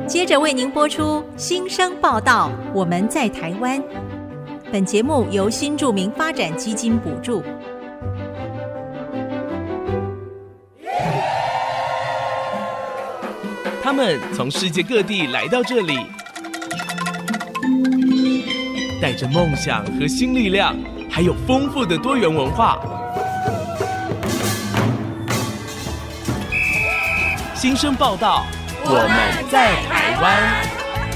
接着为您播出新生报道，我们在台湾。本节目由新住民发展基金补助。 他们从世界各地来到这里，带着梦想和新力量，还有丰富的多元文化。新生报道，我们在台湾。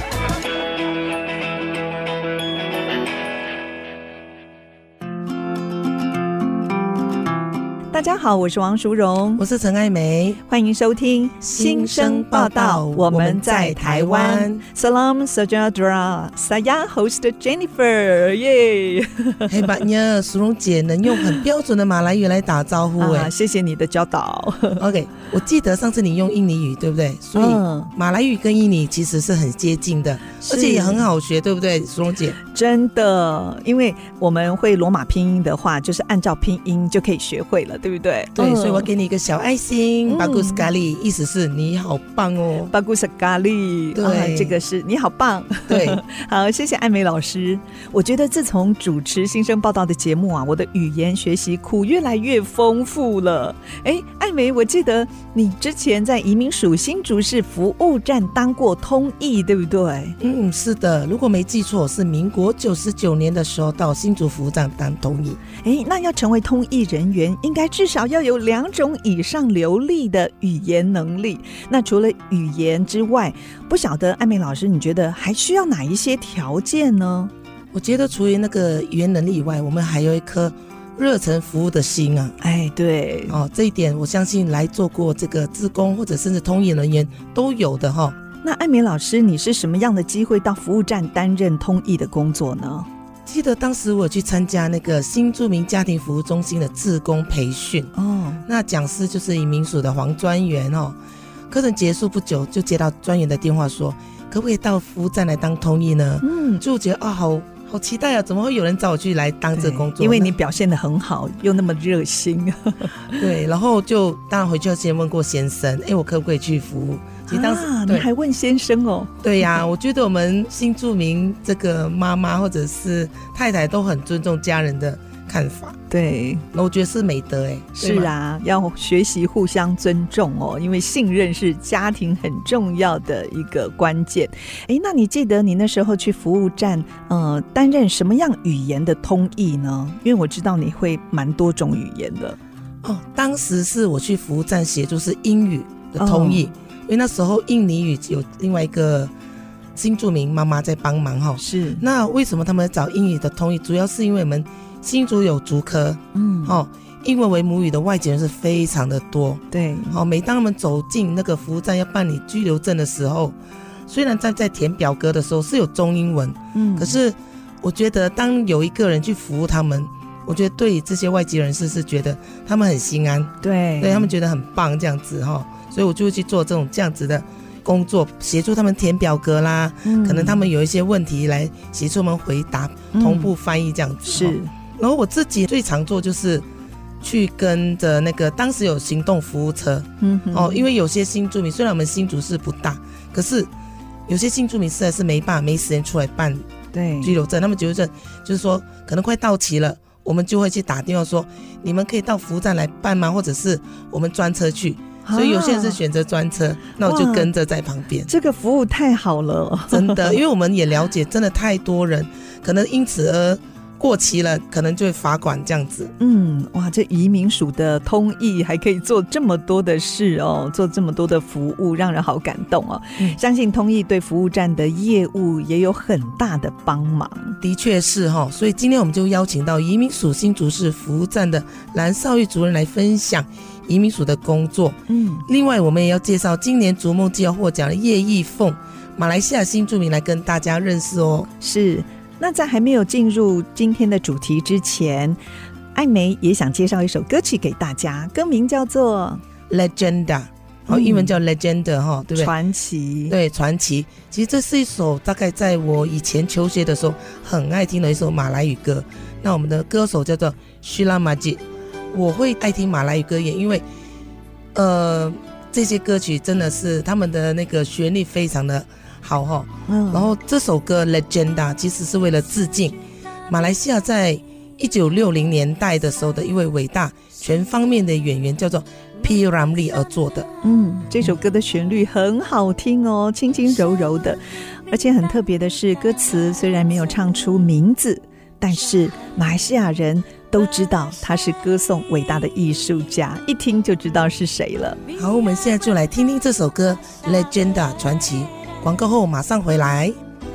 大家好，我是王淑荣， 我是陈爱梅， 欢迎收听新生报道，我们在台湾。Salam sejahtera, saya host Jennifer， 耶！ 嘿吧呀，淑荣姐能用很标准的马来语来打招呼哎、 谢谢你的教导。 OK， 我记得上次你用印尼语对不对？所以马来语跟印尼其实是很接近的，而且也很好学，对不对，淑荣姐？ 真的，因为我们会罗马拼音的话，就是按照拼音就可以学会了，对不对？ 对，所以我给你一个小爱心，Bagus sekali， 意思是你好棒哦。 Bagus sekali， 对、这个是你好棒。 对， 好，谢谢艾美老师。我觉得自从主持新生报道的节目啊，我的语言学习库越来越丰富了。哎，艾美，我记得你之前在移民署新竹市服务站当过通译，对不对？ 是的，如果没记错，是民国99年的时候到新竹服务站当通译。 哎，那要成为通译人员，应该至少要有2种以上流利的语言能力。那除了语言之外，不晓得艾美老师，你觉得还需要哪一些条件呢？ 我觉得除了那个语言能力以外，我们还有一颗热忱服务的心啊。 哎，对这一点我相信来做过这个志工或者甚至通译人员都有的哈。 那艾美老师，你是什么样的机会到服务站担任通译的工作呢？ 记得当时我去参加那个新住民家庭服务中心的志工培训那讲师就是移民署的黄专员课程结束不久就接到专员的电话说，可不可以到服务站来当通译呢？就觉得好期待啊！怎么会有人找我去来当这个工作？ 因为你表现得很好，又那么热心。 对，然后就当然回去要先问过先生，我可不可以去服务？其实当时你还问先生哦？ 对呀，我觉得我们新住民这个妈妈或者是太太都很尊重家人的看法。 对， 我觉得是美德是啊，要学习互相尊重因为信任是家庭很重要的一个关键。那你记得你那时候去服务站担任什么样语言的通译呢？因为我知道你会蛮多种语言的。 当时是我去服务站协助是英语的通译因为那时候印尼语有另外一个新住民妈妈在帮忙是。 那为什么他们找英语的通译？主要是因为我们新竹有竹科英文为母语的外籍人是非常的多。 对每当他们走进那个服务站要办理居留证的时候，虽然在填表格的时候是有中英文可是我觉得当有一个人去服务他们，我觉得对这些外籍人士是觉得他们很心安，对他们觉得很棒这样子所以我就会去做这样子的工作，协助他们填表格啦可能他们有一些问题来协助我们回答同步翻译这样子是。 然后我自己最常做就是去跟着那个当时有行动服务车因为有些新住民虽然我们新竹市不大，可是有些新住民实在是没办法没时间出来办居留证，他们居留证就是说可能快到期了，我们就会去打电话说你们可以到服务站来办吗？或者是我们专车去，所以有些人是选择专车那我就跟着在旁边。 这个服务太好了真的，因为我们也了解真的太多人可能因此而过期了，可能就会罚款这样子。 哇，这移民署的通译还可以做这么多的事做这么多的服务，让人好感动相信通译对服务站的业务也有很大的帮忙。 的确是所以今天我们就邀请到移民署新竹市服务站的蓝少玉主任来分享移民署的工作。另外我们也要介绍今年逐梦季要获奖的叶义凤，马来西亚新住民来跟大家认识是。那在还没有进入今天的主题之前，艾梅也想介绍一首歌曲给大家，歌名叫做 Legenda， 英文叫 Legenda 对不对？ 传奇。对， 传奇。其实这是一首大概在我以前求学的时候很爱听的一首马来语歌。那我们的歌手叫做 Sheila Majid。我会爱听马来语歌也因为这些歌曲真的是他们的那个旋律非常的好哈。然后这首歌 Legenda 其实是为了致敬马来西亚在1960年代的时候的一位伟大全方面的演员，叫做 P. Ramlee 而做的。 这首歌的旋律很好听哦，轻轻柔柔的，而且很特别的是，歌词虽然没有唱出名字，但是马来西亚人都知道他是歌颂伟大的艺术家，一听就知道是谁了。 好，我们现在就来听听这首歌 Legenda 传奇，广告后马上回来。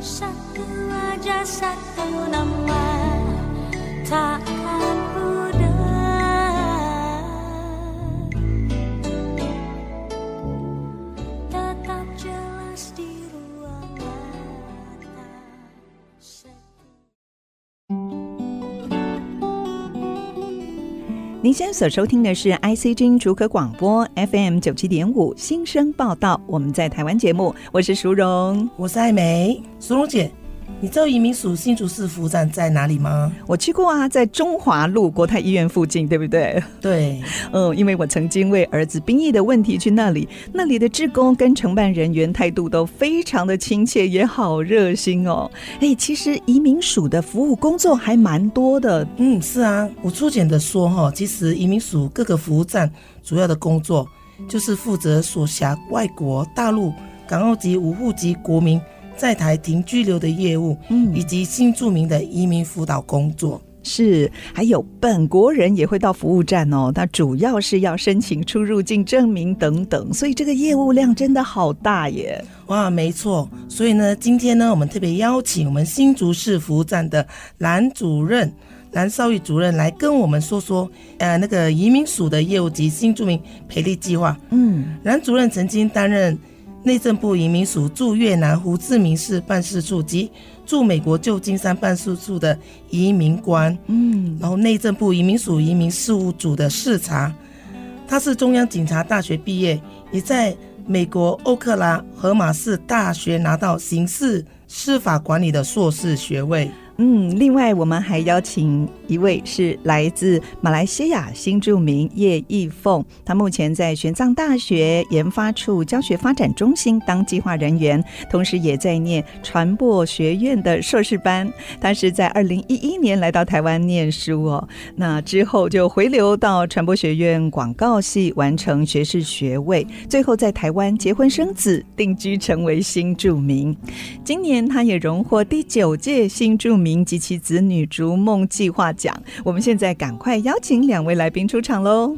您现在所收听的是 ICG 竹科广播 FM 97.5新生报道，我们在台湾节目，我是淑荣， 我是艾梅。淑荣姐，你知道移民署新竹市服务站在哪里吗？ 我去过啊，在中华路国泰医院附近，对不对？ 对， 因为我曾经为儿子兵役的问题去那里的志工跟承办人员态度都非常的亲切，也好热心哦。其实移民署的服务工作还蛮多的。 是啊，我粗简的说其实移民署各个服务站主要的工作就是负责所辖外国、大陆、港澳及无户籍国民在台停居留的业务，以及新住民的移民辅导工作。 是，还有本国人也会到服务站哦，那主要是要申请出入境证明等等，所以这个业务量真的好大耶。 哇，没错。所以呢，今天呢，我们特别邀请我们新竹市服务站的蓝主任蓝少玉主任来跟我们说说那个移民署的业务及新住民培力计划。蓝主任曾经担任内政部移民署驻越南胡志明市办事处及驻美国旧金山办事处的移民官，然后内政部移民署移民事务组的视察。他是中央警察大学毕业，也在美国欧克拉荷马市大学拿到刑事司法管理的硕士学位。 另外我们还邀请一位是来自马来西亚新住民叶义凤，他目前在玄奘大学研发处教学发展中心当计划人员，同时也在念传播学院的硕士班。他是在2011年来到台湾念书哦，那之后就回流到传播学院广告系完成学士学位，最后在台湾结婚生子，定居成为新住民。今年他也荣获第9届新住民及其子女逐梦计划奖。我们现在赶快邀请2位来宾出场咯。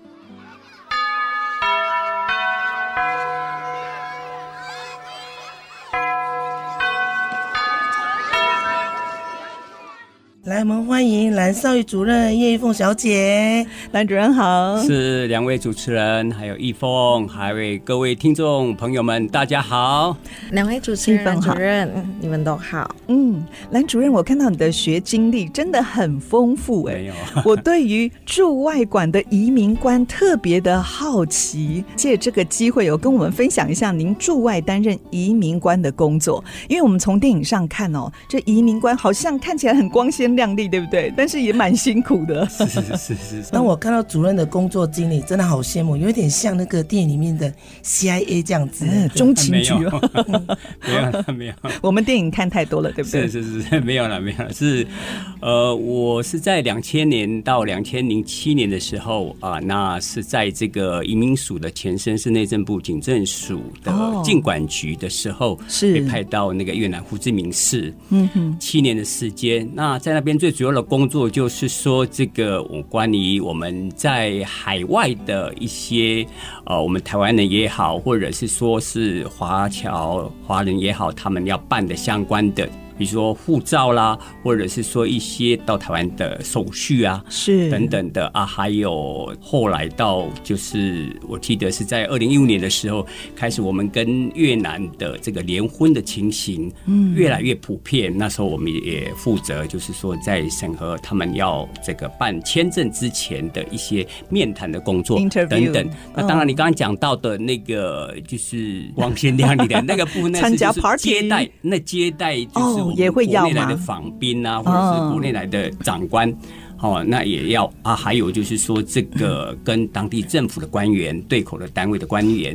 来，我们欢迎蓝少玉主任叶义凤小姐。 蓝主任好。 是2位主持人，还有义凤，还有各位听众朋友们，大家好。 2位主持人、蓝主任，你们都好。 蓝主任，我看到你的学经历真的很丰富没有我对于驻外馆的移民官特别的好奇，借这个机会跟我们分享一下您驻外担任移民官的工作。因为我们从电影上看这移民官好像看起来很光鲜亮丽，对不对？但是也蛮辛苦的。 是。 当我看到主任的工作经历，真的好羡慕，有点像那个电影里面的 CIA 这样子， 中情局没有我们电影看太多了，对不对？ 是，没有了。是我是在2000年到2007年的时候那是在这个移民署的前身是内政部警政署的禁管局的时候，是被派到那个越南胡志明市，7年的时间。那在那边最主要的工作就是说，这个关于我们在海外的一些我们台湾人也好，或者是说是华人也好，他们要办的相关的，比如说护照啦，或者是说一些到台湾的手续啊，是等等的还有后来到就是我记得是在2015年的时候开始，我们跟越南的这个联婚的情形越来越普遍。那时候我们也负责就是说在审核他们要这个办签证之前的一些面谈的工作等等。那当然你刚刚讲到的那个就是光鲜亮丽的那个部分，那是就是接待就是也会要吗？ 国内来的访宾或者是国内来的长官，那也要还有就是说这个跟当地政府的官员、对口的单位的官员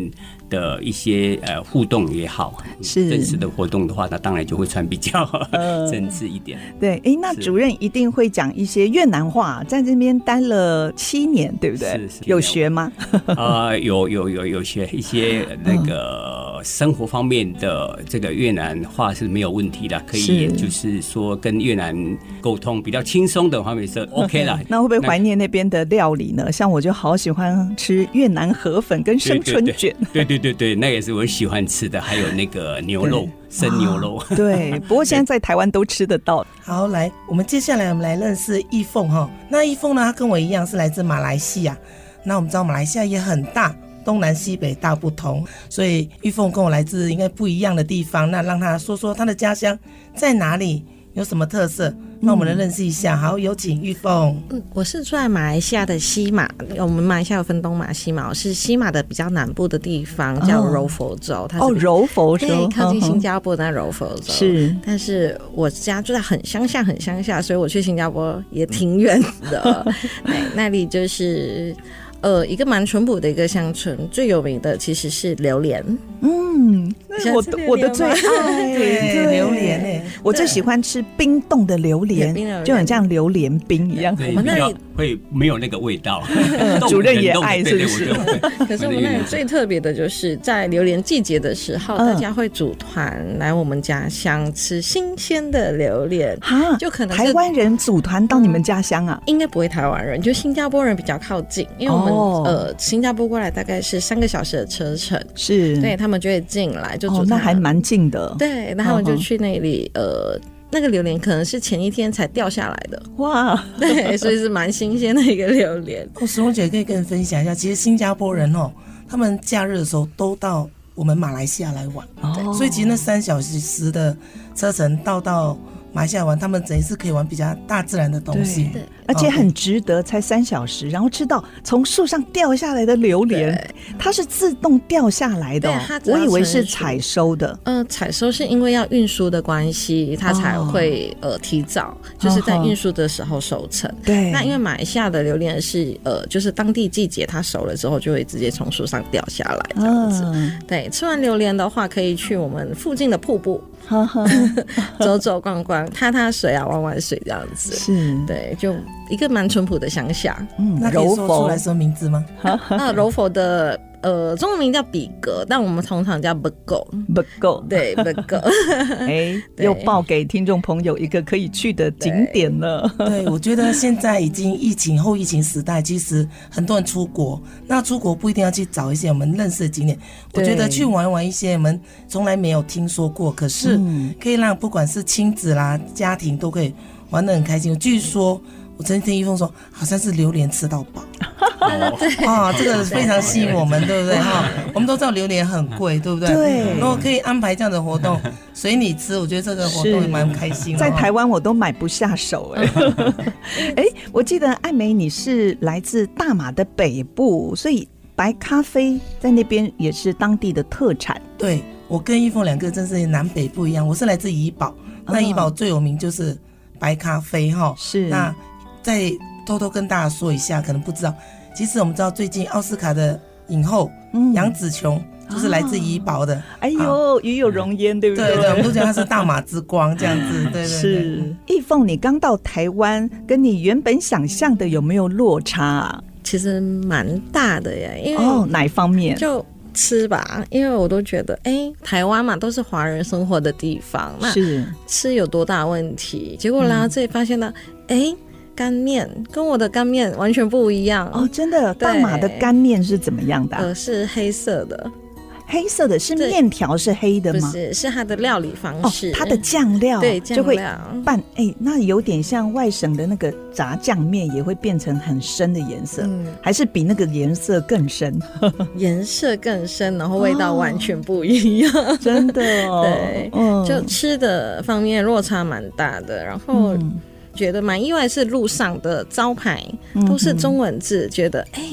的一些互动也好， 是正式的活动的话，那当然就会穿比较正式一点。 对，那主任一定会讲一些越南话，在这边待了7年，对不对？ 是有学吗？ 有学一些那个生活方面的这个越南话是没有问题的，可以就是说跟越南沟通比较轻松的方面是 OK 啦。 那会不会怀念那边的料理呢？像我就好喜欢吃越南河粉跟生春卷。 对，那也是我喜欢吃的，还有那个牛肉。生牛肉对，不过现在在台湾都吃得到。 好，来，我们接下来我们来认识易凤哈。那易凤呢，她跟我一样是来自马来西亚。那我们知道马来西亚也很大，东南西北大不同，所以易凤跟我来自应该不一样的地方。那让她说说她的家乡在哪里，有什么特色，那我们来认识一下。好，有请玉凤。 我是住在马来西亚的西马，我们马来西亚有分东马西马，我是西马的比较南部的地方，叫柔佛州。它是柔佛州， 对，靠近新加坡的那柔佛州。是，但是我家住在很乡下，所以我去新加坡也挺远的。那里就是一个蛮淳朴的一个乡村，最有名的其实是榴莲。 我的最爱， 对，榴莲耶， 我最喜欢吃冰冻的榴莲，就很像榴莲冰一样。 对，比较会没有那个味道。 主任也爱，是不是？ 可是我们那里最特别的就是在榴莲季节的时候，大家会组团来我们家乡吃新鲜的榴莲。就可能台湾人组团到你们家乡啊？ 应该不会台湾人，就新加坡人比较靠近，因为我们新加坡过来大概是3个小时的车程，是，对，他们就会进来就。 那还蛮近的。 对，那他们就去那里，那个榴莲可能是前一天才掉下来的，哇，对，所以是蛮新鲜的一个榴莲。 石红姐可以跟你分享一下，其实新加坡人他们假日的时候都到我们马来西亚来玩，所以其实那3小时的车程到马来西亚玩，他们等于是可以玩比较大自然的东西， 而且很值得，才3小时，然后吃到从树上掉下来的榴莲，它是自动掉下来的，我以为是采收的。 采收是因为要运输的关系，它才会提早，就是在运输的时候收成。对，那因为马来西亚的榴莲是就是当地季节它熟了之后就会直接从树上掉下来这样子。对，吃完榴莲的话，可以去我们附近的瀑布。走走逛逛，踏水啊，玩玩水这样子，是，对，就一个蛮淳朴的乡下。 那可以说出来什么名字吗？ 柔佛的中文名叫比格，但我们通常叫 Bego， 对 Bego。 又报给听众朋友一个可以去的景点了。 对，我觉得现在已经后疫情时代，其实很多人出国，那出国不一定要去找一些我们认识的景点，我觉得去玩一些我们从来没有听说过，可是可以让不管是亲子啦、家庭都可以玩得很开心。据说我曾经听一峰说，好像是榴莲吃到饱。这个非常吸引我们，对不对？我们都知道榴莲很贵，对不对？对。如果可以安排这样的活动，随你吃，我觉得这个活动也蛮开心的。 在台湾我都买不下手我记得艾梅你是来自大马的北部，所以白咖啡在那边也是当地的特产。 对，我跟一峰两个真是南北不一样，我是来自怡保，那怡保最有名就是白咖啡是。那再偷偷跟大家说一下，可能不知道，其实我们知道最近奥斯卡的影后杨紫琼就是来自怡保的。 哎呦，与有荣焉，对不对？ 对，我们都讲她是大马之光这样子。对对对。 是。易凤，你刚到台湾，跟你原本想象的有没有落差啊？ 其实蛮大的耶，因为哪一方面？就吃吧，因为我都觉得台湾嘛都是华人生活的地方，那吃有多大问题？结果来到这里发现到干面跟我的干面完全不一样哦，真的。大马的干面是怎么样的？ 是黑色的。 黑色的是面条是黑的吗？ 不是，是它的料理方式， 它的酱料， 对， 就会拌那有点像外省的那个炸酱面，也会变成很深的颜色，还是比那个颜色更深？ 颜色更深，然后味道完全不一样， 真的对，就吃的方面落差蛮大的，然后觉得蛮意外是路上的招牌都是中文字，觉得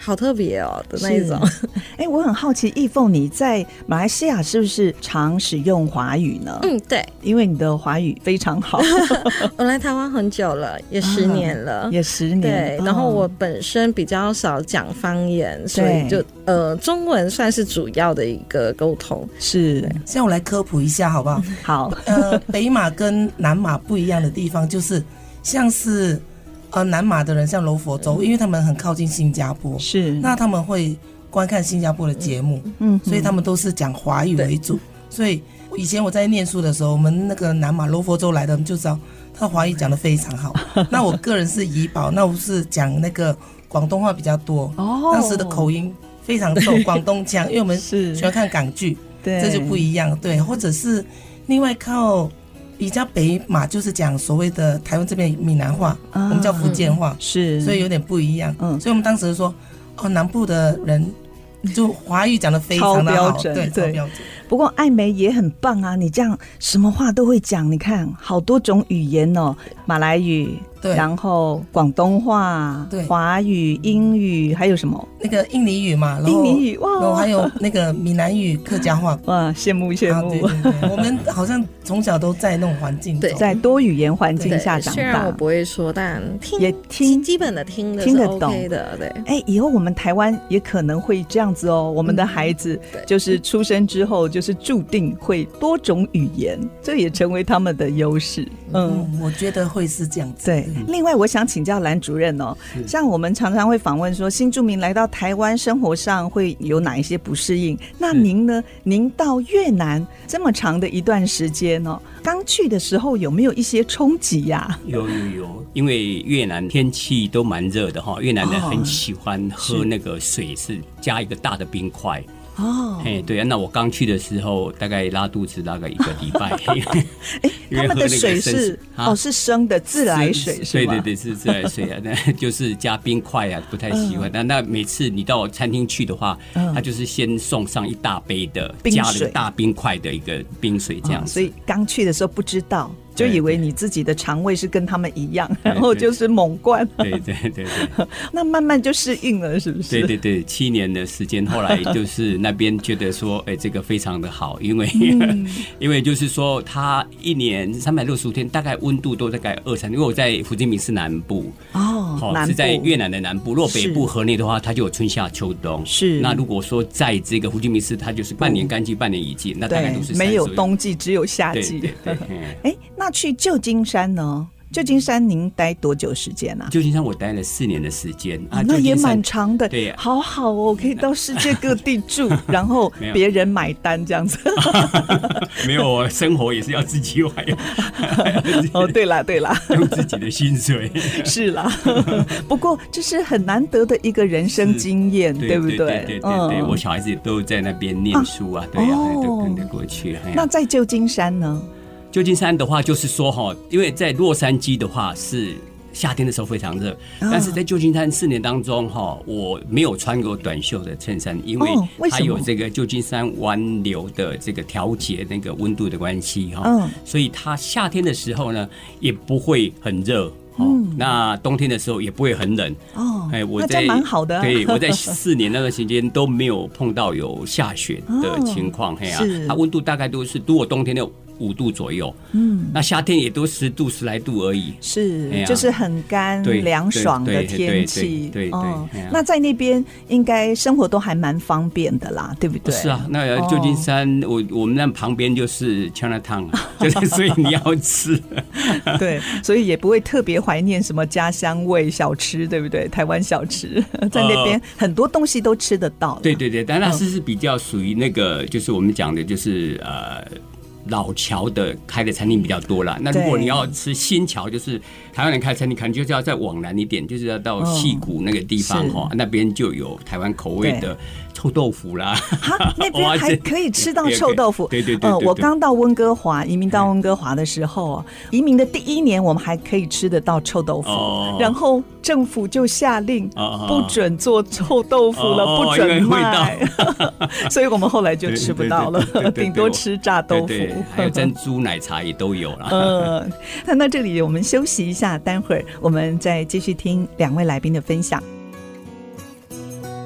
好特别哦的那一种。 我很好奇，义凤你在马来西亚是不是常使用华语呢？ 对， 因为你的华语非常好。 我来台湾很久了，也10年了， 也10年。 对，然后我本身比较少讲方言，所以就中文算是主要的一个沟通。 是， 像我来科普一下好不好？ 好。 北马跟南马不一样的地方就是像是南马的人像柔佛州，因为他们很靠近新加坡，是，那他们会观看新加坡的节目，所以他们都是讲华语为主。所以以前我在念书的时候，我们那个南马柔佛州来的，我们就知道他华语讲得非常好。那我个人是怡保，那我是讲那个广东话比较多，当时的口音非常重，广东腔，因为我们喜欢看港剧，这就不一样。对，或者是另外靠比较北马，就是讲所谓的台湾这边闽南话，我们叫福建话，是，所以有点不一样。所以我们当时说，南部的人就华语讲得非常的好，对，超标准。 不过艾梅也很棒啊，你这样什么话都会讲，你看好多种语言哦，马来语，对，然后广东话，对，华语、英语，还有什么？ 那个印尼语嘛，然后印尼语哇，然后还有那个闽南语、客家话， 哇，羡慕羡慕。 对对对，我们好像从小都在那种环境， 对，在多语言环境下长大。 虽然我不会说，但也听基本的听的是 OK 的，对。 以后我们台湾也可能会这样子哦，我们的孩子就是出生之后就是注定会多种语言，这也成为他们的优势。 我觉得会是这样子。 对，另外我想请教蓝主任哦，像我们常常会访问说新住民来到台湾生活上会有哪一些不适应，那您呢？您到越南这么长的一段时间哦，刚去的时候有没有一些冲击呀？有， 因为越南天气都蛮热的哈，越南人很喜欢喝那个水是加一个大的冰块。对啊，那我刚去的时候大概拉肚子大概1个礼拜。 他们的水是是生的自来水是吗？ 对，是自来水啊，那就是加冰块啊，不太喜欢。那每次你到餐厅去的话，他就是先送上一大杯的加了大冰块的一个冰水这样子。 所以刚去的时候不知道。就以为你自己的肠胃是跟他们一样，然后就是猛灌。 对， 那慢慢就适应了，是不是？ 对，7年的时间，后来就是那边觉得说，这个非常的好，因为因为就是说，它1年365天，大概温度都大概2-3，因为我在胡志明市南部是在越南的南部。如果北部河内的话，它就有春夏秋冬。是。那如果说在这个胡志明市，它就是半年干季，半年雨季，那大概都是没有冬季，只有夏季。对。那去旧金山呢？旧金山您待多久时间啊？ 旧金山我待了4年的时间啊， 那也蛮长的。 对， 好好哦，可以到世界各地住，然后别人买单这样子。 没有，生活也是要自己买。 对啦， 用自己的薪水。 是啦，不过这是很难得的一个人生经验，对不对？ 对，我小孩子都在那边念书啊，对啊，都跟着过去。 那在旧金山呢？ 旧金山的话，就是说因为在洛杉矶的话是夏天的时候非常热，但是在旧金山4年当中我没有穿过短袖的衬衫，因为它有这个旧金山湾流的这个调节那个温度的关系所以它夏天的时候呢也不会很热。那冬天的时候也不会很冷那这蛮好的。 对，我在4年那段时间都没有碰到有下雪的情况。它温度大概都是，如果冬天的5度左右，那夏天也都10度10来度而已， 是，就是很干凉爽的天气。对，那在那边应该生活都还蛮方便的啦，对不对？ 是啊，那旧金山我们那旁边就是 Chinatown， 就是所以你要吃， 对，所以也不会特别怀念什么家乡味小吃，对不对？台湾小吃在那边很多东西都吃得到。 对，但那是比较属于那个，就是我们讲的，就是老桥的开的餐厅比较多啦。那如果你要吃新桥，就是台湾人开的餐厅，可能就是要再往南一点，就是要到矽谷那个地方那边就有台湾口味的臭豆腐啦。 那边还可以吃到臭豆腐。 对。 我刚到温哥华，移民到温哥华的时候，移民的第1年我们还可以吃得到臭豆腐，然后政府就下令不准做臭豆腐了，不准卖，所以我们后来就吃不到了，顶多吃炸豆腐。 还有珍珠奶茶也都有了。 看到这里我们休息一下，待会儿我们再继续听2位来宾的分享。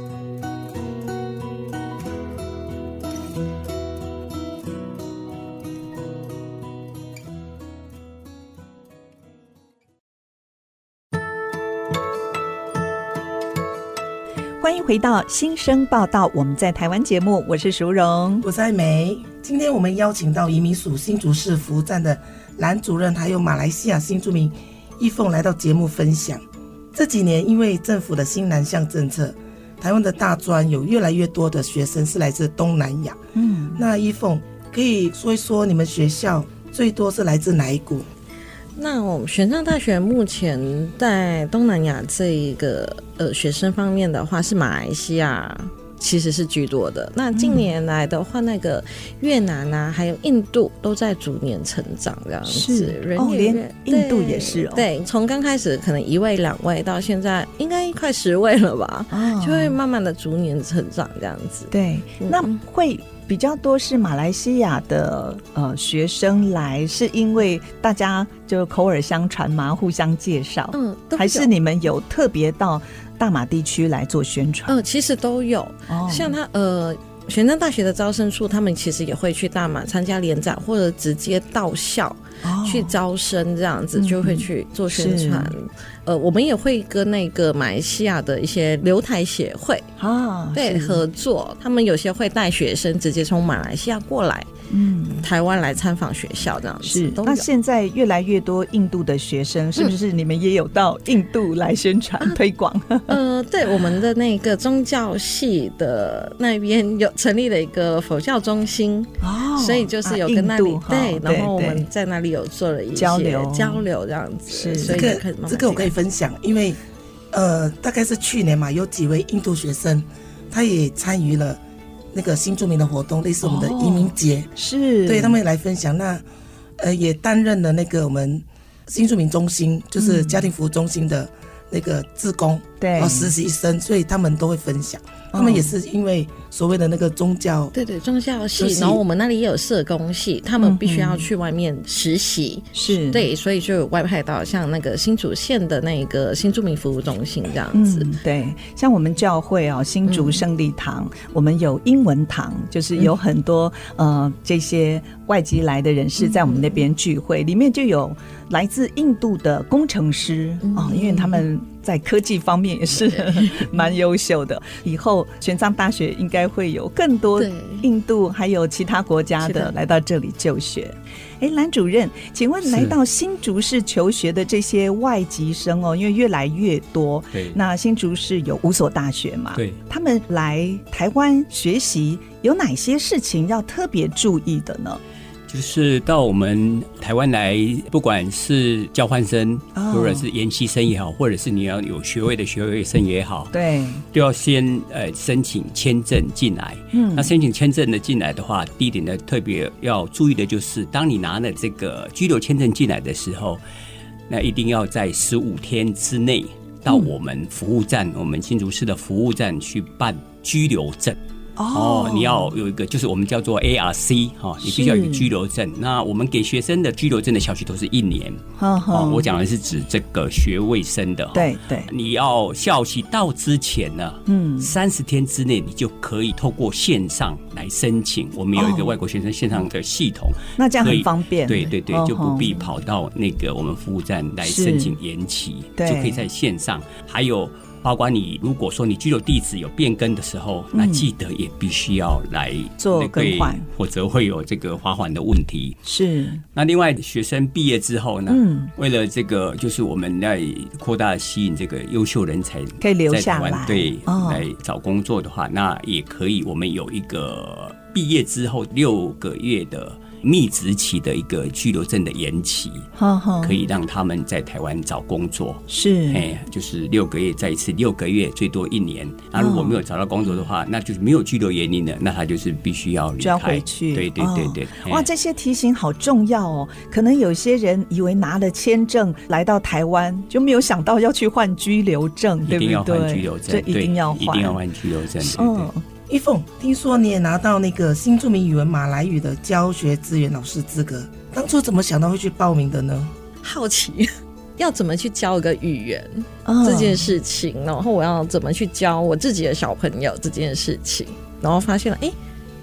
欢迎回到新生报道，我们在台湾节目，我是淑荣， 我是艾梅。今天我们邀请到移民署新竹市服务站的蓝主任，还有马来西亚新住民一凤来到节目分享。这几年因为政府的新南向政策，台湾的大专有越来越多的学生是来自东南亚。那一凤可以说一说你们学校最多是来自哪一国？ 那我们玄奘大学目前在东南亚这一个学生方面的话，是马来西亚其实是居多的。那近年来的话，那个越南啊，还有印度都在逐年成长这样子。 连印度也是对，从刚开始可能1位2位，到现在应该快10位了吧，就会慢慢的逐年成长这样子。 对，那会比较多是马来西亚的学生来，是因为大家就口耳相传嘛，互相介绍，还是你们有特别到大马地区来做宣传？ 其实都有，像他玄奘大学的招生处，他们其实也会去大马参加联展，或者直接到校去招生，这样子就会去做宣传。我们也会跟那个马来西亚的一些留台协会对合作，他们有些会带学生直接从马来西亚过来台湾来参访学校这样子。 是，那现在越来越多印度的学生，是不是你们也有到印度来宣传推广？ 对，我们的那个宗教系的那边有成立了一个佛教中心，所以就是有跟那里对，然后我们在那里有做了一些交流这样子。 是，所以这个我可以分享，因为大概是去年嘛，有几位印度学生他也参与了那个新住民的活动，类似我们的移民节， 是对他们也来分享。那也担任了那个我们新住民中心，就是家庭服务中心的那个志工，对，实习生，所以他们都会分享。他们也是因为所谓的那个宗教， 对宗教系，然后我们那里也有社工系，他们必须要去外面实习，是对，所以就有外派到像那个新竹县的那个新住民服务中心这样子。 对，像我们教会新竹圣礼堂，我们有英文堂，就是有很多这些外籍来的人士在我们那边聚会，里面就有来自印度的工程师因为他们在科技方面也是蛮优秀的。以后玄奘大学应该会有更多印度还有其他国家的来到这里就学。蓝主任，请问来到新竹市求学的这些外籍生因为越来越多，那新竹市有5所大学嘛，对，他们来台湾学习有哪些事情要特别注意的呢？ 就是到我们台湾来，不管是交换生或者是研习生也好，或者是你要有学位的学位生也好，对，都要先申请签证进来。那申请签证的进来的话，第一点呢特别要注意的就是，当你拿了这个居留签证进来的时候，那一定要在15天之内到我们服务站，我们新竹市的服务站去办居留证。你要有一个就是我们叫做 ARC 你必须要有居留证。那我们给学生的居留证的效期都是1年。我讲的是指这个学位生的。对，你要效期到之前呢，30天之内你就可以透过线上来申请。我们有一个外国学生线上的系统， 那这样很方便。 对，就不必跑到那个我们服务站来申请延期，就可以在线上。还有包括你如果说你居留地址有变更的时候，那记得也必须要来做更换， 否则会有这个罚款的问题。 是。 那另外学生毕业之后呢，为了这个就是我们来扩大吸引这个优秀人才可以留下来， 对，来找工作的话，那也可以。我们有一个毕业之后6个月的密职期的一个居留证的延期，可以让他们在台湾找工作。是，就是6个月再一次，6个月最多1年。那如果没有找到工作的话，那就是没有居留原因的，那他就是必须要离开， 就要回去。 对。 哇，这些提醒好重要哦。可能有些人以为拿了签证来到台湾，就没有想到要去换居留证，对不对？ 一定要换居留证， 这一定要换， 一定要换居留证。对。 一凤，听说你也拿到那个新住民语文马来语的教学资源老师资格，当初怎么想到会去报名的呢？ 好奇要怎么去教一个语言这件事情，然后我要怎么去教我自己的小朋友这件事情，然后发现了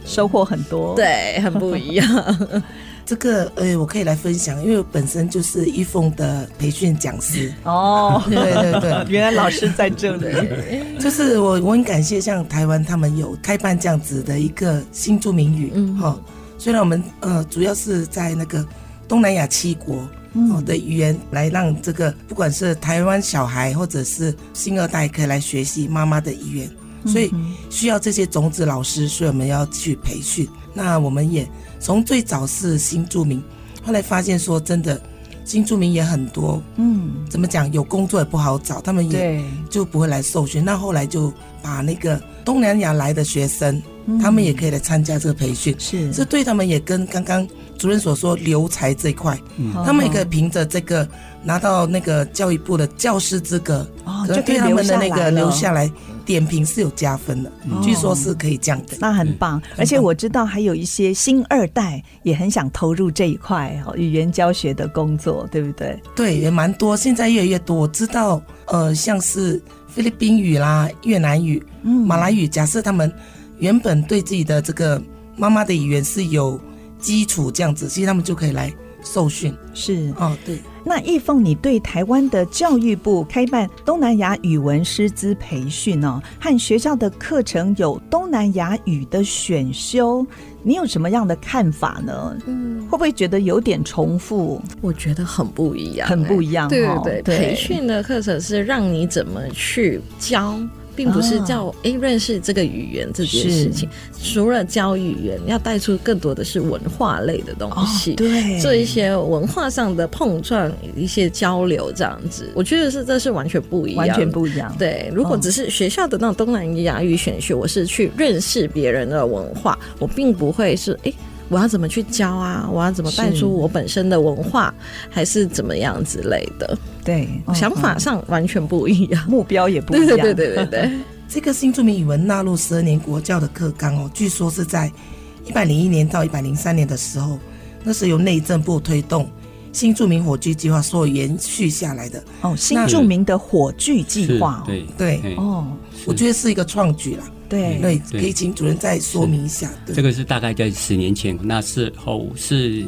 收获很多， 对，很不一样。 这个我可以来分享，因为我本身就是一凤的培训讲师哦， 对对对， 原来老师在这里。 就是我很感谢像台湾他们有开办这样子的一个新住民语，虽然我们主要是在那个东南亚7国的语言来让这个不管是台湾小孩或者是新二代可以来学习妈妈的语言，所以需要这些种子老师，所以我们要去培训。那我们也从最早是新住民，后来发现说真的新住民也很多，怎么讲，有工作也不好找，他们也就不会来受训。那后来就把那个东南亚来的学生，他们也可以来参加这个培训，这对他们也跟刚刚主任所说留才这一块，他们也可以凭着这个拿到那个教育部的教师资格，可能对他们的那个留下来点评是有加分的，据说是可以这样的， 那很棒。而且我知道还有一些新二代也很想投入这一块语言教学的工作，对不对？ 对，也蛮多，现在越来越多。我知道像是菲律宾语啦、越南语、马来语，假设他们原本对自己的这个妈妈的语言是有基础这样子，其实他们就可以来受训。 是对。 那义凤，你对台湾的教育部开办东南亚语文师资培训和学校的课程有东南亚语的选修，你有什么样的看法呢？会不会觉得有点重复？ 我觉得很不一样， 很不一样。 对对对，培训的课程是让你怎么去教，并不是叫认识这个语言这件事情。除了教语言，要带出更多的是文化类的东西， 对， 做一些文化上的碰撞，一些交流这样子。我觉得这是完全不一样， 完全不一样。 对，如果只是学校的那种东南亚语选修，我是去认识别人的文化，我并不会是我要怎么去教啊？我要怎么带出我本身的文化，还是怎么样之类的？ 对， 想法上完全不一样， 目标也不一样。 对对对对对。 这个新住民语文纳入12年国教的课纲据说是在101年到103年的时候，那是由内政部推动新住民火炬计划所延续下来的。 新住民的火炬计划。 对我觉得是一个创举啦。对，可以请主任再说明一下。 这个是大概在10年前，那时候是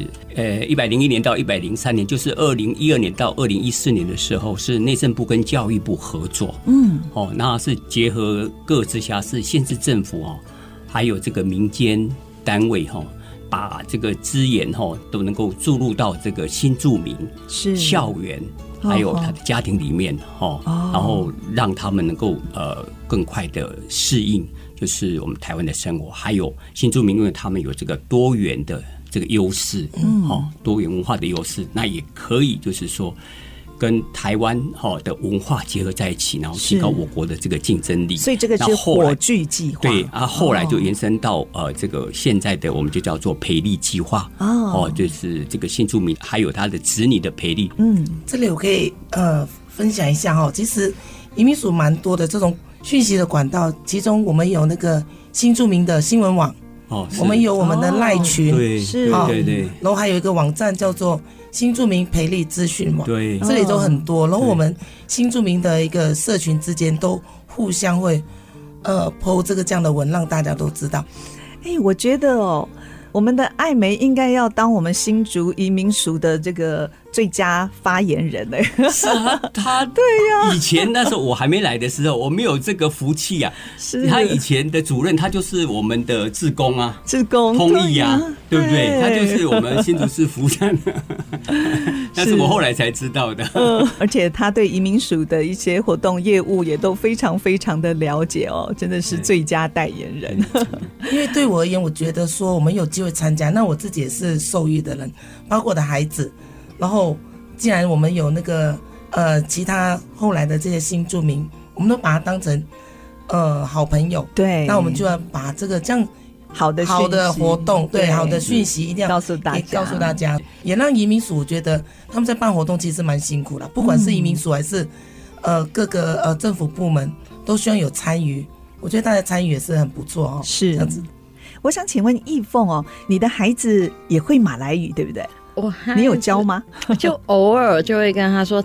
101年到103年，就是2012年到2014年的时候，是内政部跟教育部合作。那是结合各直辖市、县市政府还有这个民间单位把这个资源都能够注入到这个新住民校园还有他的家庭里面然后让他们能够更快的适应就是我们台湾的生活，还有新住民因为他们有这个多元的这个优势多元文化的优势，那也可以就是说跟台湾的文化结合在一起，然后提高我国的这个竞争力。 所以这个是火炬计划。 对后来就延伸到这个现在的我们就叫做培力计划就是这个新住民还有他的子女的培力。 这里我可以分享一下其实移民署蛮多的这种讯息的管道，其中我们有那个新住民的新闻网我们有我们的赖群对， 然后还有一个网站叫做新住民培力资讯网，对，这里都很多。然后我们新住民的一个社群之间都互相会po 这样的文，让大家都知道。 我觉得我们的艾梅应该要当我们新竹移民署的这个最佳发言人是他对呀，以前那时候我还没来的时候，我没有这个福气啊。是他以前的主任，他就是我们的志工啊， 志工通译啊，对不对？他就是我们新竹市福山的，那是我后来才知道的。 而且他对移民署的一些活动业务也都非常非常的了解真的是最佳代言人。 因为对我而言，我觉得说我们有机会参加，那我自己也是受益的人，包括我的孩子。然后既然我们有那个其他后来的这些新住民，我们都把它当成好朋友，对，那我们就要把这个这样好的活动，对，好的讯息一定要告诉大家，也让移民署我觉得他们在办活动其实蛮辛苦的，不管是移民署还是各个政府部门都希望有参与，我觉得大家参与也是很不错是这样子。 我想请问义凤你的孩子也会马来语对不对？你有教吗？ 就偶尔就会跟他说早安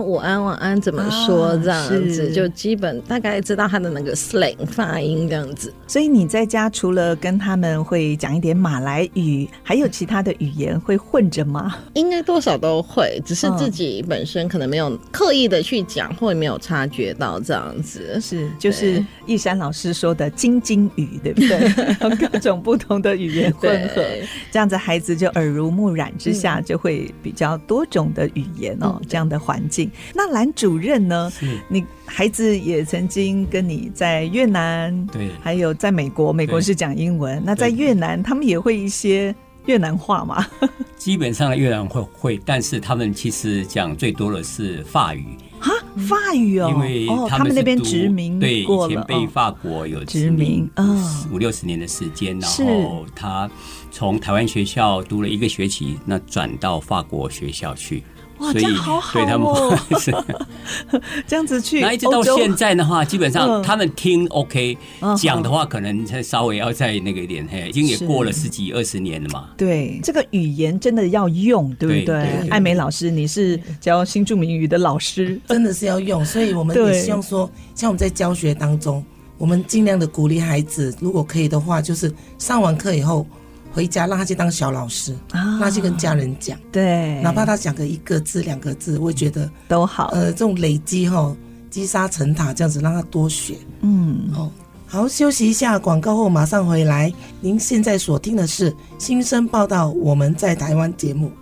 午安晚安怎么说这样子，就基本大概知道他的那个 slang 发音这样子。 所以你在家除了跟他们会讲一点马来语，还有其他的语言会混着吗？ 应该多少都会，只是自己本身可能没有刻意的去讲，或者没有察觉到这样子。 是，就是义山老师说的京津语，对不对？各种不同的语言混合，这样子孩子就耳濡目染之下，就会比较多种的语言哦，这样的环境。那蓝主任呢？你孩子也曾经跟你在越南，对，还有在美国，美国是讲英文，那在越南他们也会一些越南话吗？ 基本上的越南会，但是他们其实讲最多的是法语。 哈，法语哦， 因为他们那边殖民过了， 对，以前被法国有殖民50-60年的时间，然后他从台湾学校读了1个学期，那转到法国学校去。 哇，这样好好哦！这样子去， 那一直到现在的话，基本上他们听 OK，讲的话可能稍微要再那个一点，已经也过了10几20年了嘛。 对，这个语言真的要用，对不对？艾美老师，你是教新住民语的老师， 真的是要用，所以我们也希望说，像我们在教学当中，我们尽量的鼓励孩子，如果可以的话，就是上完课以后回家让他去当小老师，让他去跟家人讲， 对， 哪怕他讲个1个字2个字，我也觉得都好。 这种累积积沙成塔，这样子让他多学。好，休息一下，广告后马上回来。您现在所听的是新生报道，我们在台湾节目。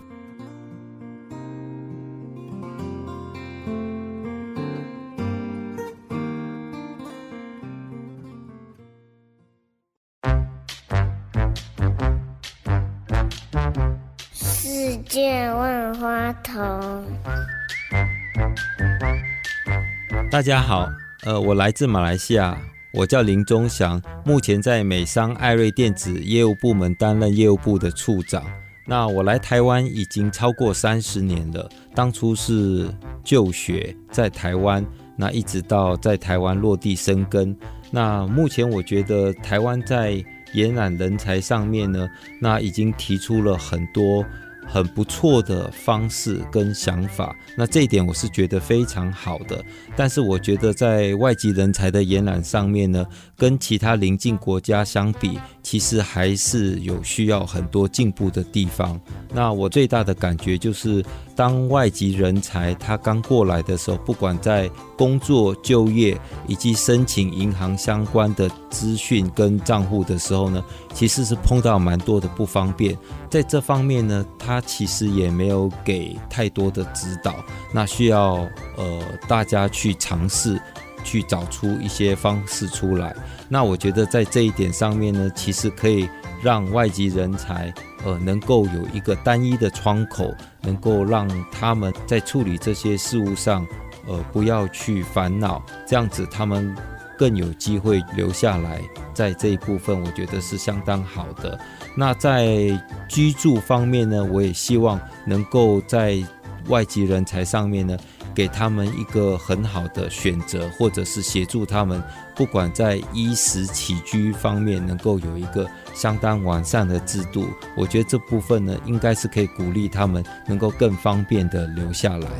世界万花筒。 大家好，我来自马来西亚，我叫林忠祥，目前在美商艾瑞电子业务部门担任业务部的处长。那我来台湾已经超过30年了，当初是就学在台湾，那一直到在台湾落地生根。那目前我觉得台湾在延揽人才上面呢，那已经提出了很多很不错的方式跟想法，那这一点我是觉得非常好的。但是我觉得在外籍人才的延揽上面呢，跟其他邻近国家相比，其实还是有需要很多进步的地方。那我最大的感觉就是，当外籍人才他刚过来的时候，不管在工作、就业以及申请银行相关的资讯跟账户的时候呢，其实是碰到蛮多的不方便。在这方面呢，他其实也没有给太多的指导，那需要大家去尝试去找出一些方式出来。那我觉得在这一点上面呢，其实可以让外籍人才能够有一个单一的窗口，能够让他们在处理这些事务上不要去烦恼，这样子他们更有机会留下来。在这一部分我觉得是相当好的。那在居住方面呢，我也希望能够在外籍人才上面呢，给他们一个很好的选择，或者是协助他们不管在衣食起居方面能够有一个相当完善的制度。我觉得这部分呢，应该是可以鼓励他们能够更方便的留下来。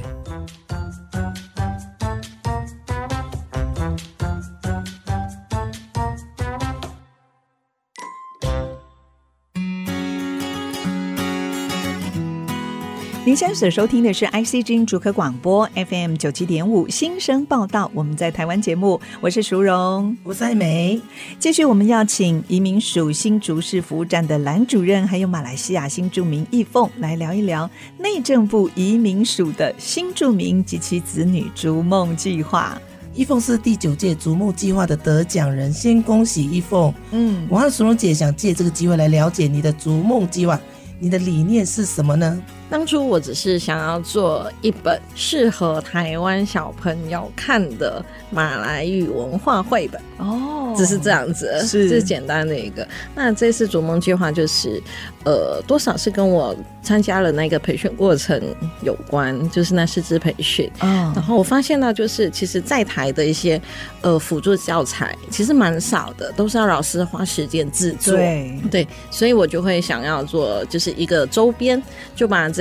您现在所收听的是 IC 之音竹科广播 FM 97.5新生报道，我们在台湾节目，我是淑荣， 我是艾美。 继续我们要请移民署新竹市服务站的蓝主任，还有马来西亚新住民易凤来聊一聊内政部移民署的新住民及其子女逐梦计划。 易凤是第9届逐梦计划的得奖人，先恭喜易凤。我和淑荣姐想借这个机会来了解你的逐梦计划，你的理念是什么呢？ 当初我只是想要做一本适合台湾小朋友看的马来语文化绘本，只是这样子，这是简单的一个。那这次逐梦计划就是多少是跟我参加了那个培训过程有关，就是那师资培训。然后我发现到就是其实在台的一些辅助教材其实蛮少的，都是要老师花时间制作。对，所以我就会想要做就是一个周边，就把这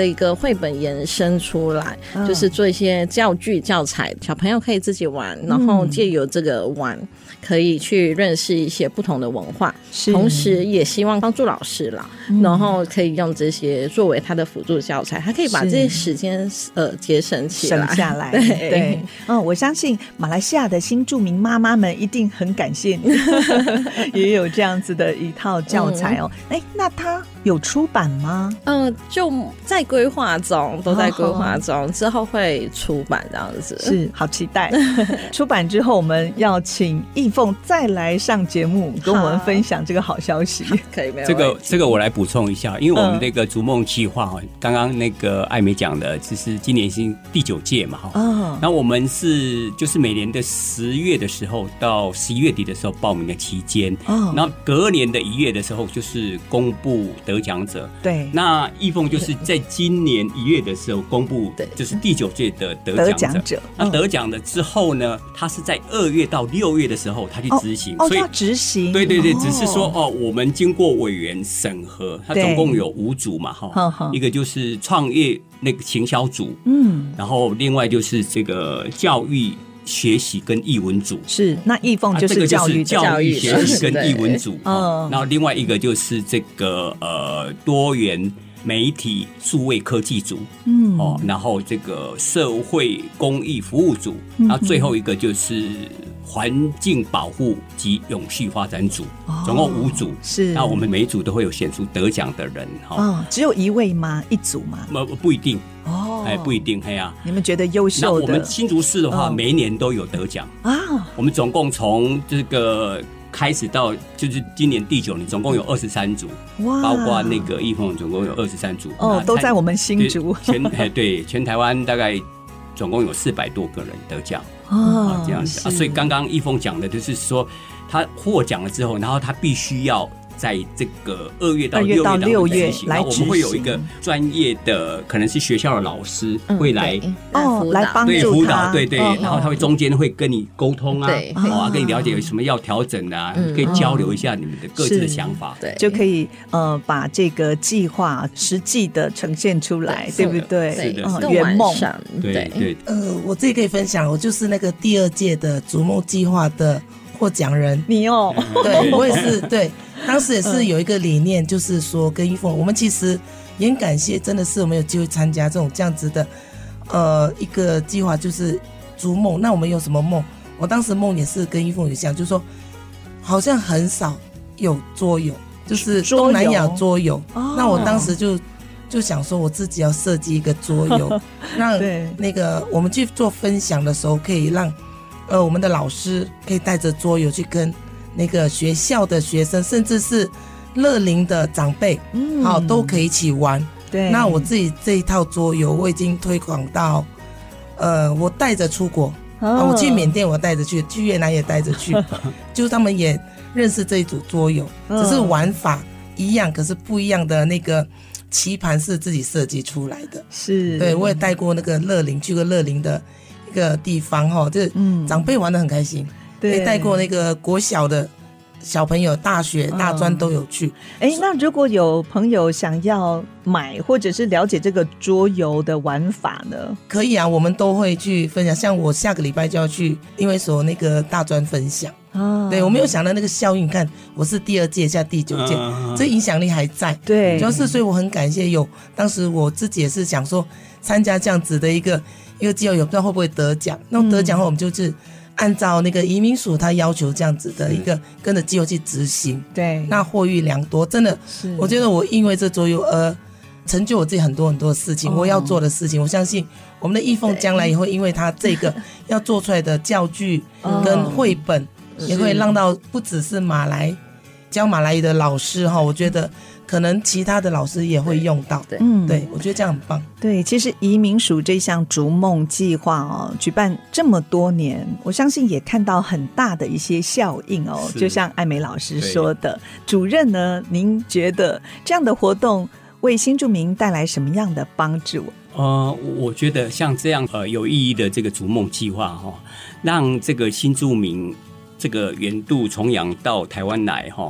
这个绘本延伸出来，就是做一些教具教材，小朋友可以自己玩，然后借由这个玩可以去认识一些不同的文化，同时也希望帮助老师啦，然后可以用这些作为他的辅助教材，他可以把这些时间节省起来， 省下来。对，我相信马来西亚的新住民妈妈们一定很感谢你也有这样子的一套教材哦。那他有出版吗？ 就在规划中，都在规划中，之后会出版这样子。 是，好期待出版之后我们要请易凤再来上节目跟我们分享这个好消息。 可以，没有问题。 这个我来补充一下，因为我们那个逐梦计划刚刚那个艾美讲的就是今年是第9届嘛然后我们就是每年的10月的时候到11月底的时候报名的期间然后隔年的1月的时候就是公布得奖者。 对， 那易凤就是在今年1月的时候公布，就是第9届的得奖者。那得奖了之后呢，他是在2月到6月的时候他去执行， 所以要执行。 对，只是说我们经过委员审核，他总共有5组嘛一个就是创业那个行销组，然后另外就是这个教育学习跟艺文组， 是那易凤就是教育学习跟艺文组然后另外一个就是这个多元媒体数位科技组然后这个社会公益服务组然后最后一个就是环境保护及永续发展组总共5组。 是， 那我们每一组都会有选出得奖的人只有1位吗？1组吗？ 不一定不一定。 你们觉得优秀的？ 那我们新竹市的话每一年都有得奖我们总共从这个开始到就是今年第9年总共有23组，包括那个易凤总共有23组都在我们新竹全台湾大概总共有400多个人得奖这样子所以刚刚易凤讲的就是说他获奖了之后，然后他必须要在这个2月到6月来执行，我们会有一个专业的，可能是学校的老师会来帮助他， 对，然后他会中间会跟你沟通跟你了解有什么要调整的可以交流一下你们的各自的想法， 就可以把这个计划实际的呈现出来，对不对？ 是的， 圆梦。 对， 我自己可以分享，我就是那个第2届的逐梦计划的获奖人。 你对，我也是对。当时也是有一个理念，就是说跟易凤，我们其实也很感谢，真的是我们有机会参加这样子的一个计划，就是逐梦。那我们有什么梦？我当时梦也是跟易凤有像，就是说好像很少有桌游，就是东南亚桌游。那我当时就想说，我自己要设计一个桌游，让那个我们去做分享的时候，可以让我们的老师可以带着桌游去跟那个学校的学生，甚至是乐龄的长辈，都可以一起玩。 对， 那我自己这一套桌游，我已经推广到，我带着出国，我去缅甸我带着去越南也带着去，就是他们也认识这一组桌游，只是玩法一样，可是不一样的那个棋盘是自己设计出来的。 是， 对，我也带过那个乐龄，去过乐龄的一个地方就是长辈玩得很开心。也带过那个国小的小朋友，大学大专都有去。 那如果有朋友想要买或者是了解这个桌游的玩法呢？ 可以啊，我们都会去分享。像我下个礼拜就要去因为所那个大专分享对，我没有想到那个效应，看我是第2届下第9届这影响力还在。 对， 主要是所以我很感谢当时我自己也是想说参加这样子的一个计划，有不知道会不会得奖。那得奖后我们就是按照那个移民署他要求这样子的一个跟着计划去执行， 对， 那获益良多，真的我觉得我因为这桌游而成就我自己很多很多的事情，我要做的事情，我相信我们的易凤将来也会因为他这个要做出来的教具跟绘本也会让到不只是教马来语的老师我觉得可能其他的老师也会用到。对，我觉得这样很棒。 对，其实移民署这项逐梦计划举办这么多年，我相信也看到很大的一些效应就像艾美老师说的。主任呢，您觉得这样的活动为新住民带来什么样的帮助？ 我觉得像这样有意义的这个逐梦计划让这个新住民这个远渡重洋到台湾来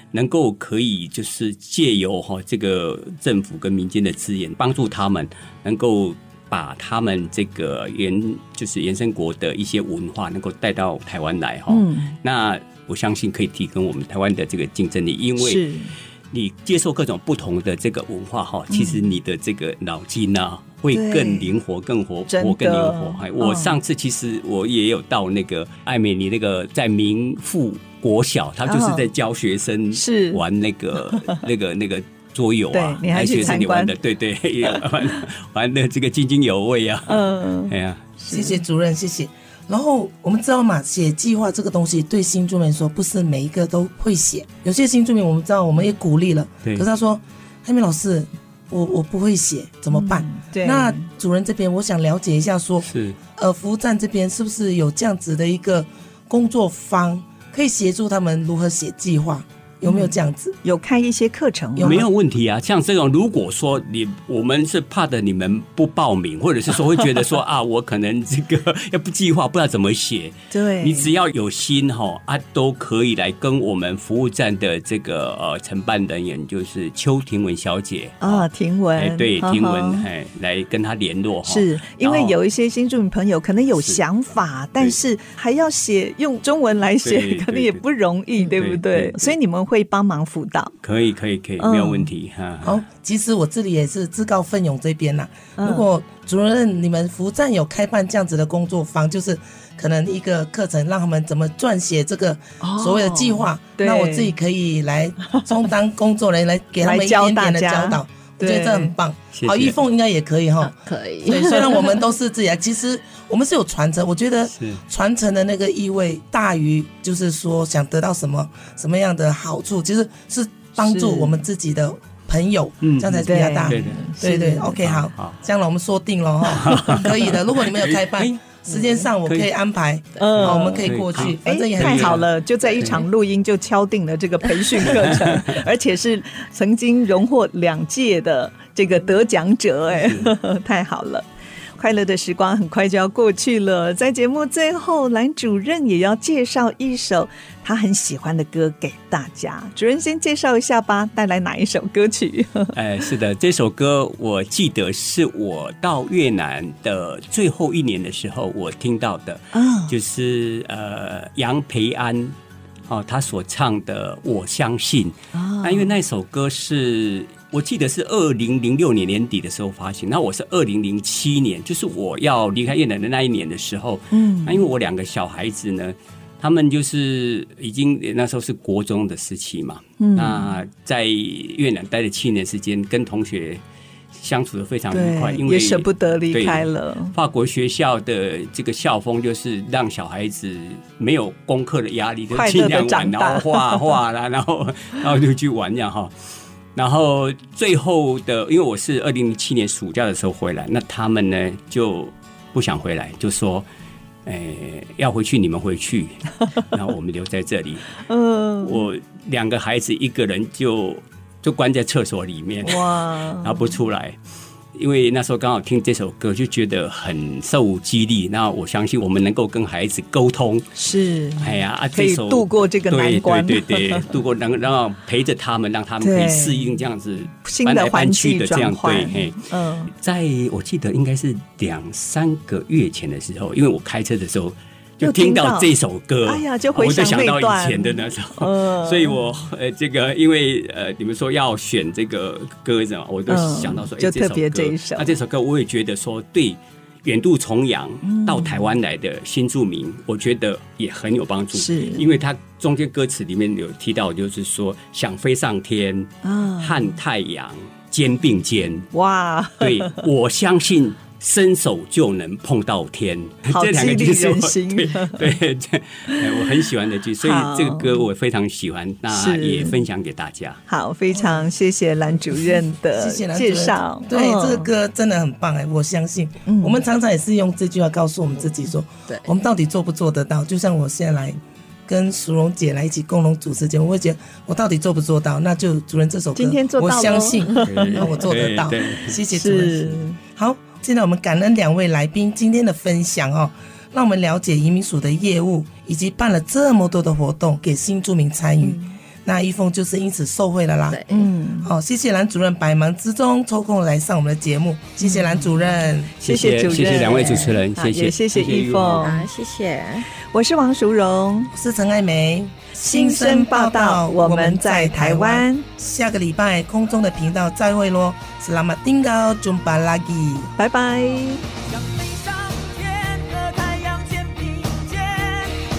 能够可以就是借由这个政府跟民间的资源，帮助他们能够把他们这个就是原生国的一些文化能够带到台湾来那我相信可以提供我们台湾的这个竞争力，因为你接受各种不同的这个文化其实你的这个脑筋会更灵活、更活泼、更灵活。我上次其实我也有到那个艾美尼那个在民富国小，他就是在教学生玩那个桌游对，你还去参观的，对，玩的这个津津有味啊。哎呀， 谢谢主任，谢谢。然后我们知道嘛，写计划这个东西对新住民说，不是每一个都会写。有些新住民我们知道，我们也鼓励了，可是他说：“海明老师，我不会写，怎么办？” 对。 那主任这边，我想了解一下说，服务站这边是不是有这样子的一个工作坊，可以协助他们如何写计划？有没有这样子？ 有开一些课程吗？ 没有问题啊。像这种，如果说我们是怕的你们不报名，或者是说会觉得说我可能这个要不计划不知道怎么写， 对， 你只要有心都可以来跟我们服务站的这个承办人员，就是邱婷文小姐婷文， 对，婷文来跟她联络。 是因为有一些新住民朋友可能有想法，但是还要写用中文来写，可能也不容易，对不对？所以你们会帮忙辅导？ 可以，没有问题。 好，其实我这里也是自告奋勇这边如果主任你们服务站有开办这样子的工作坊，就是可能一个课程让他们怎么撰写这个所谓的计划，那我自己可以来充当工作人员，来给他们一点点的教导。我觉得这很棒。好，一凤应该也可以可以。 对，虽然我们都是自己其实我们是有传承，我觉得传承的那个意味大于就是说想得到什么样的好处，其实是帮助我们自己的朋友，这样才是比较大。对 OK 好，这样了我们说定了可以的。如果你们有开班，时间上我可以安排，我们可以过去，反正也很太好了，就在一场录音就敲定了这个培训课程，而且是曾经荣获2届的这个得奖者，太好了。快乐的时光很快就要过去了，在节目最后，蓝主任也要介绍一首他很喜欢的歌给大家。主任先介绍一下吧，带来哪一首歌曲？ 是的，这首歌我记得是我到越南的最后一年的时候我听到的，就是杨培安他所唱的《我相信》。因为那首歌是我记得是2006年年底的时候发行，那我是2007年，就是我要离开越南的那一年的时候，那因为我2个小孩子呢，他们就是已经那时候是国中的时期嘛，那在越南待了7年时间，跟同学相处的非常愉快，因为也舍不得离开了。 法国学校的这个校风就是让小孩子没有功课的压力，就尽量玩，然后画画啦，然后就去玩这样然后最后的，因为我是2007年暑假的时候回来，那他们呢就不想回来，就说要回去你们回去，然后我们留在这里。我2个孩子一个人就关在厕所里面，然后不出来。因为那时候刚好听这首歌，就觉得很受激励。那我相信我们能够跟孩子沟通， 是可以度过这个难关。 对，度过然后陪着他们，让他们可以适应这样子新的环境的这样。 对，在我记得应该是2-3个月前的时候，因为我开车的时候就听到这首歌， 就回想那段， 我就想到以前的那时候，所以我这个因为你们说要选这个歌子嘛，我都想到说， 就特别这一首。 那这首歌我也觉得说，对远渡重洋到台湾来的新住民，我觉得也很有帮助， 是因为它中间歌词里面有提到，就是说想飞上天，和太阳肩并肩。哇，对，我相信伸手就能碰到天， 好这2个句是我对我很喜欢的句，所以这个歌我非常喜欢，那也分享给大家。 好，非常谢谢蓝主任的介绍。 对，这个歌真的很棒我相信。我们常常也是用这句话告诉我们自己说，我们到底做不做得到？就像我现在来跟淑荣姐来一起共同主持节目，我会觉得我到底做不做到？那就主任这首歌今天做到了， 我相信我做得到。谢谢主任。好，现在我们感恩2位来宾今天的分享让我们了解移民署的业务，以及办了这么多的活动给新住民参与。 那玉凤就是因此受惠了啦。谢谢蓝主任百忙之中抽空来上我们的节目，谢谢蓝主任， 谢谢主任， 谢谢两位主持人，谢谢， 也谢谢玉凤， 谢谢。 我是王淑荣， 我是陈爱梅， 新生报道，我们在台湾， 下个礼拜空中的频道再会咯。Selamat tinggal, jumpa lagi， 拜拜。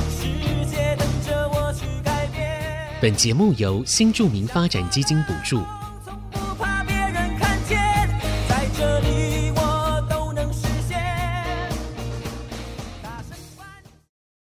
本节目由新住民发展基金补助。